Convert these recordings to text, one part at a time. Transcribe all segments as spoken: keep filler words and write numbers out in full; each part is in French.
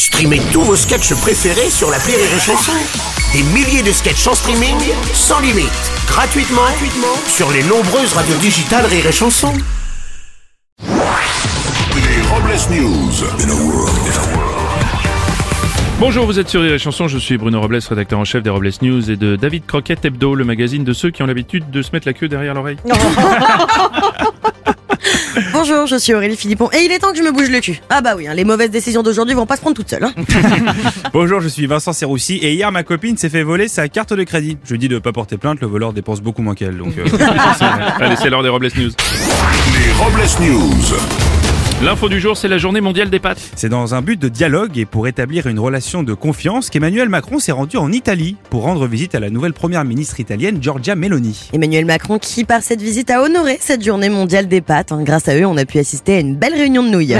Streamez tous vos sketchs préférés sur l'appli Rire et Chanson. Des milliers de sketchs en streaming, sans limite, gratuitement, gratuitement sur les nombreuses radios digitales Rire et Chanson. Les Robles News. In a world, in a world. Bonjour, vous êtes sur Rire et Chanson, je suis Bruno Robles, rédacteur en chef des Robles News et de David Croquette Hebdo, le magazine de ceux qui ont l'habitude de se mettre la queue derrière l'oreille. Bonjour, je suis Aurélie Philippon et il est temps que je me bouge le cul. Ah bah oui, hein, les mauvaises décisions d'aujourd'hui vont pas se prendre toutes seules. Hein. Bonjour, je suis Vincent Serroussi et hier ma copine s'est fait voler sa carte de crédit. Je lui dis de pas porter plainte, le voleur dépense beaucoup moins qu'elle. Donc euh... Allez, c'est l'heure des Robles News. Les Robles News. L'info du jour, c'est la journée mondiale des pâtes. C'est dans un but de dialogue et pour établir une relation de confiance qu'Emmanuel Macron s'est rendu en Italie pour rendre visite à la nouvelle première ministre italienne Giorgia Meloni. Emmanuel Macron qui, par cette visite, a honoré cette journée mondiale des pâtes. Hein. Grâce à eux, on a pu assister à une belle réunion de nouilles.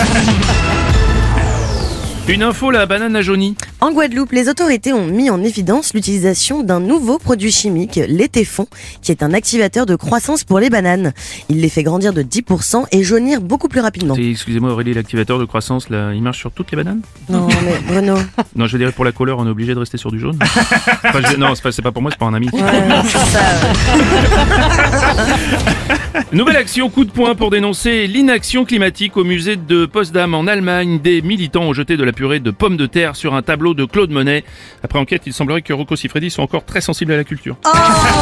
Une info, la banane a jauni. En Guadeloupe, les autorités ont mis en évidence l'utilisation d'un nouveau produit chimique, l'étéfon, qui est un activateur de croissance pour les bananes. Il les fait grandir de dix pour cent et jaunir beaucoup plus rapidement. Et excusez-moi Aurélie, l'activateur de croissance, là, il marche sur toutes les bananes ? Non mais Bruno... Non, je dirais pour la couleur, on est obligé de rester sur du jaune. Enfin, je... Non, c'est pas, c'est pas pour moi, c'est pour un ami. Ouais, c'est ça. Ouais. Nouvelle action coup de poing pour dénoncer l'inaction climatique au musée de Potsdam en Allemagne. Des militants ont jeté de la purée de pommes de terre sur un tableau de Claude Monet. Après enquête, il semblerait que Rocco Siffredi soit encore très sensible à la culture. Oh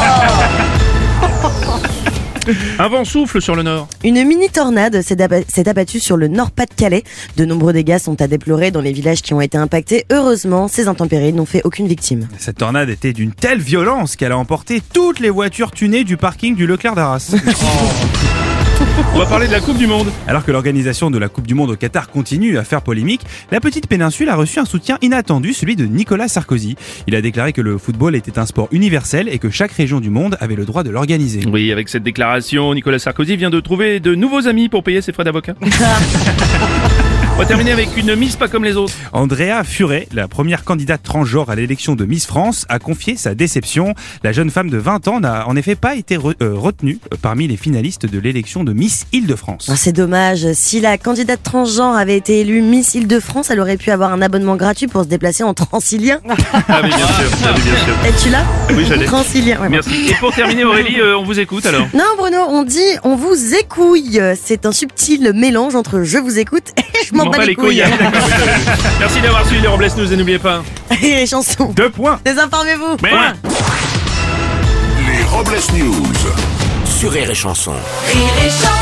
Un vent souffle sur le nord. Une mini-tornade s'est, ab- s'est abattue sur le Nord-Pas-de-Calais. De nombreux dégâts sont à déplorer dans les villages qui ont été impactés. Heureusement, ces intempéries n'ont fait aucune victime. Cette tornade était d'une telle violence qu'elle a emporté toutes les voitures tunées du parking du Leclerc d'Arras. On va parler de la Coupe du Monde. Alors que l'organisation de la Coupe du Monde au Qatar continue à faire polémique, la petite péninsule a reçu un soutien inattendu, celui de Nicolas Sarkozy. Il a déclaré que le football était un sport universel et que chaque région du monde avait le droit de l'organiser. Oui, avec cette déclaration, Nicolas Sarkozy vient de trouver de nouveaux amis pour payer ses frais d'avocat. On va terminer avec une Miss pas comme les autres. Andrea Furet, la première candidate transgenre à l'élection de Miss France, a confié sa déception. La jeune femme de vingt ans n'a en effet pas été re- euh, retenue parmi les finalistes de l'élection de Miss Île-de-France. Oh, c'est dommage. Si la candidate transgenre avait été élue Miss Île-de-France, elle aurait pu avoir un abonnement gratuit pour se déplacer en Transilien. Ah oui, bien sûr, ah oui, bien sûr. Es-tu là? Oui, j'allais. Transilien. Ouais, Merci. Et pour terminer, Aurélie, euh, on vous écoute alors. Non, Bruno, on dit on vous écouille. C'est un subtil mélange entre je vous écoute et je m'en bats les couilles. Ah, d'accord, oui, oui. Merci d'avoir suivi les Robles News et n'oubliez pas. Et les chansons. Deux points. Désinformez-vous. Mais... Point. Les Robles News. Sur Rire et Chanson. Rire et Chanson.